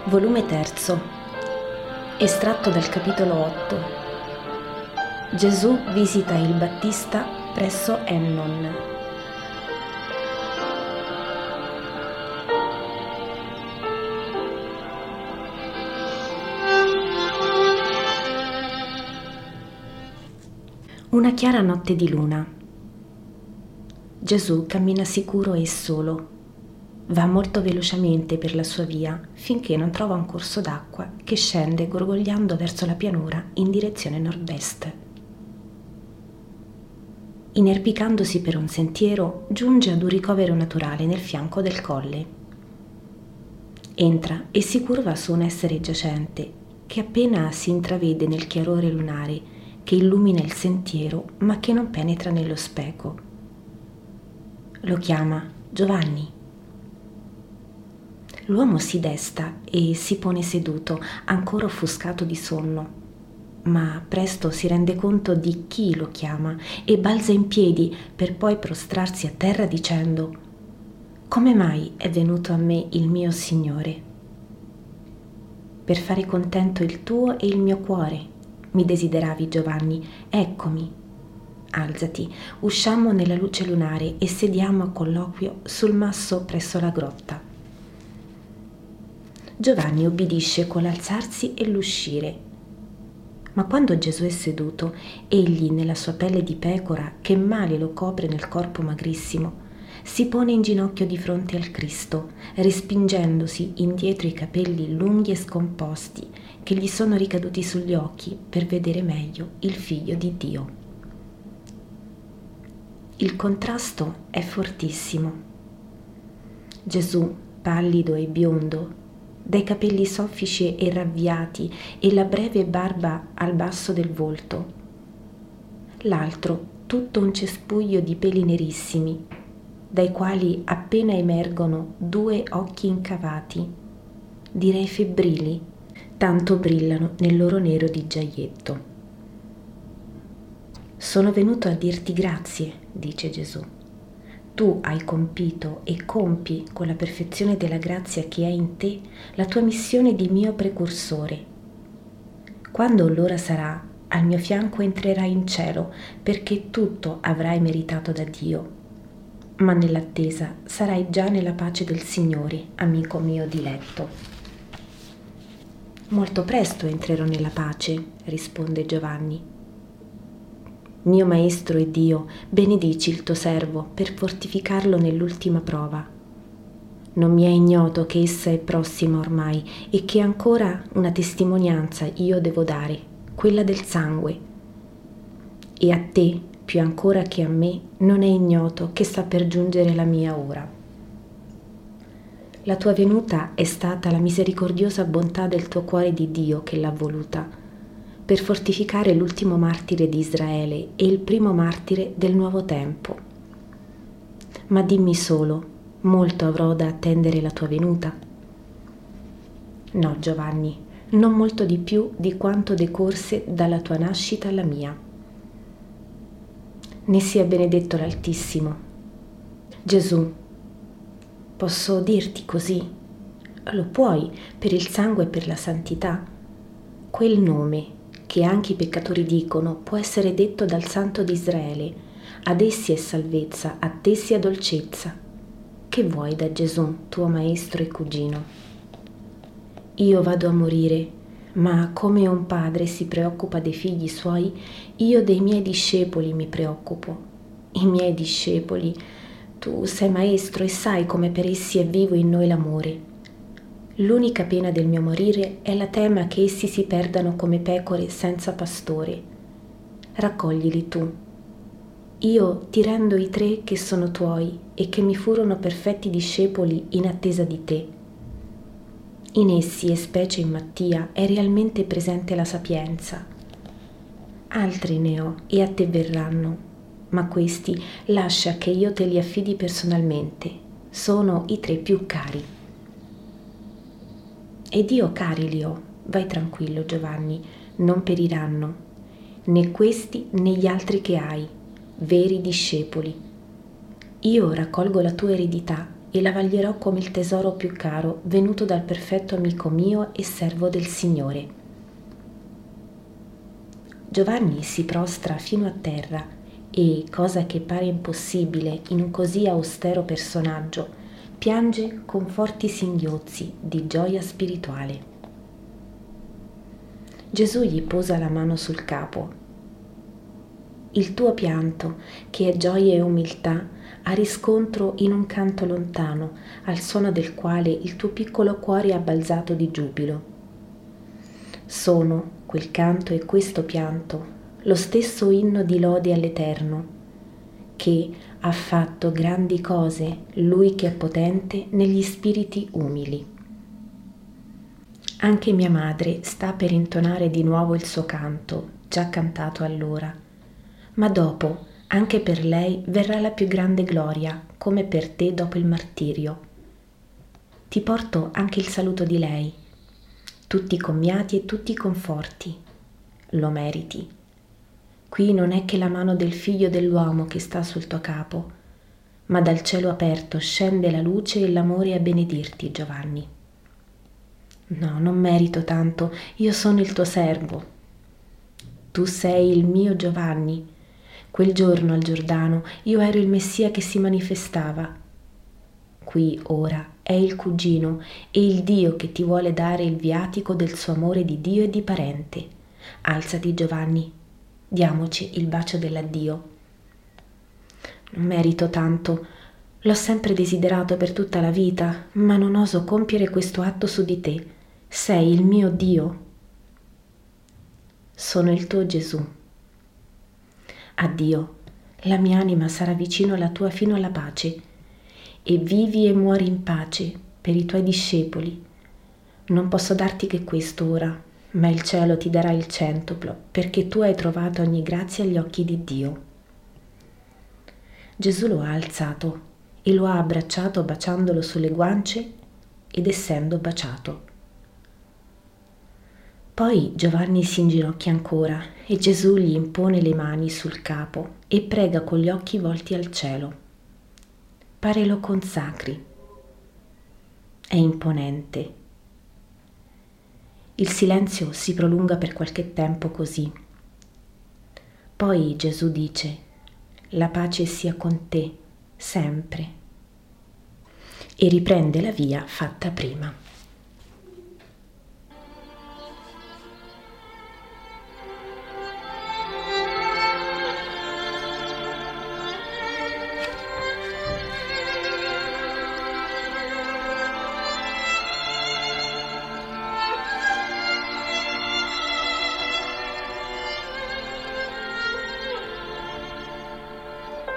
Volume 3, estratto dal capitolo 8. Gesù visita il Battista presso Ennon. Una chiara notte di luna. Gesù cammina sicuro e solo. Va molto velocemente per la sua via finché non trova un corso d'acqua che scende gorgogliando verso la pianura in direzione nord-est. Inerpicandosi per un sentiero, giunge ad un ricovero naturale nel fianco del colle. Entra e si curva su un essere giacente che appena si intravede nel chiarore lunare che illumina il sentiero ma che non penetra nello speco. Lo chiama Giovanni. L'uomo si desta e si pone seduto, ancora offuscato di sonno, ma presto si rende conto di chi lo chiama e balza in piedi per poi prostrarsi a terra dicendo: «Come mai è venuto a me il mio Signore? Per fare contento il tuo e il mio cuore, mi desideravi, Giovanni, eccomi. Alzati, usciamo nella luce lunare e sediamo a colloquio sul masso presso la grotta». Giovanni obbedisce con l'alzarsi e l'uscire. Ma quando Gesù è seduto, egli, nella sua pelle di pecora, che male lo copre nel corpo magrissimo, si pone in ginocchio di fronte al Cristo, respingendosi indietro i capelli lunghi e scomposti che gli sono ricaduti sugli occhi per vedere meglio il Figlio di Dio. Il contrasto è fortissimo. Gesù, pallido e biondo, dai capelli soffici e ravviati e la breve barba al basso del volto. L'altro tutto un cespuglio di peli nerissimi, dai quali appena emergono due occhi incavati, direi febbrili, tanto brillano nel loro nero di giaietto. «Sono venuto a dirti grazie», dice Gesù. «Tu hai compito e compi con la perfezione della grazia che è in te la tua missione di mio precursore. Quando l'ora sarà, al mio fianco entrerai in cielo, perché tutto avrai meritato da Dio. Ma nell'attesa sarai già nella pace del Signore, amico mio diletto». «Molto presto entrerò nella pace», risponde Giovanni. «Mio Maestro e Dio, benedici il tuo servo per fortificarlo nell'ultima prova. Non mi è ignoto che essa è prossima ormai e che ancora una testimonianza io devo dare, quella del sangue. E a te, più ancora che a me, non è ignoto che sta per giungere la mia ora. La tua venuta è stata la misericordiosa bontà del tuo cuore di Dio che l'ha voluta, per fortificare l'ultimo martire di Israele e il primo martire del nuovo tempo. Ma dimmi solo, molto avrò da attendere la tua venuta?» «No, Giovanni, non molto di più di quanto decorse dalla tua nascita alla mia». «Ne sia benedetto l'Altissimo». «Gesù, posso dirti così?» «Lo puoi, per il sangue e per la santità. Quel nome che anche i peccatori dicono può essere detto dal Santo di Israele. Ad essi è salvezza, a te sia dolcezza. Che vuoi da Gesù, tuo maestro e cugino? Io vado a morire, ma come un padre si preoccupa dei figli suoi, io dei miei discepoli mi preoccupo. I miei discepoli, tu sei maestro e sai come per essi è vivo in noi l'amore. L'unica pena del mio morire è la tema che essi si perdano come pecore senza pastore. Raccoglili tu. Io ti rendo i 3 che sono tuoi e che mi furono perfetti discepoli in attesa di te. In essi, e specie in Mattia, è realmente presente la sapienza. Altri ne ho e a te verranno, ma questi lascia che io te li affidi personalmente. Sono i 3 più cari. Ed io cari li ho, vai tranquillo Giovanni, non periranno, né questi né gli altri che hai, veri discepoli. Io raccolgo la tua eredità e la vaglierò come il tesoro più caro venuto dal perfetto amico mio e servo del Signore. Giovanni si prostra fino a terra e, cosa che pare impossibile in un così austero personaggio, piange con forti singhiozzi di gioia spirituale. Gesù gli posa la mano sul capo. Il tuo pianto, che è gioia e umiltà, ha riscontro in un canto lontano, al suono del quale il tuo piccolo cuore è abbalzato di giubilo. Sono quel canto e questo pianto, lo stesso inno di lode all'Eterno, che ha fatto grandi cose, Lui che è potente negli spiriti umili. Anche mia madre sta per intonare di nuovo il suo canto, già cantato allora, ma dopo anche per lei verrà la più grande gloria, come per te dopo il martirio. Ti porto anche il saluto di lei, tutti i commiati e tutti i conforti. Lo meriti. Qui non è che la mano del figlio dell'uomo che sta sul tuo capo, ma dal cielo aperto scende la luce e l'amore a benedirti, Giovanni. No, non merito tanto, io sono il tuo servo. Tu sei il mio Giovanni. Quel giorno al Giordano io ero il Messia che si manifestava. Qui ora è il cugino e il Dio che ti vuole dare il viatico del suo amore di Dio e di parente. Alzati, Giovanni, diamoci il bacio dell'addio. Non merito tanto, l'ho sempre desiderato per tutta la vita, ma non oso compiere questo atto su di te. Sei il mio Dio. Sono il tuo Gesù. Addio, la mia anima sarà vicino alla tua fino alla pace, e vivi e muori in pace per i tuoi discepoli. Non posso darti che questo ora, ma il cielo ti darà il centuplo, perché tu hai trovato ogni grazia agli occhi di Dio. Gesù lo ha alzato e lo ha abbracciato baciandolo sulle guance ed essendo baciato. Poi Giovanni si inginocchia ancora e Gesù gli impone le mani sul capo e prega con gli occhi volti al cielo. Pare lo consacri. È imponente. Il silenzio si prolunga per qualche tempo così. Poi Gesù dice: la pace sia con te, sempre. E riprende la via fatta prima.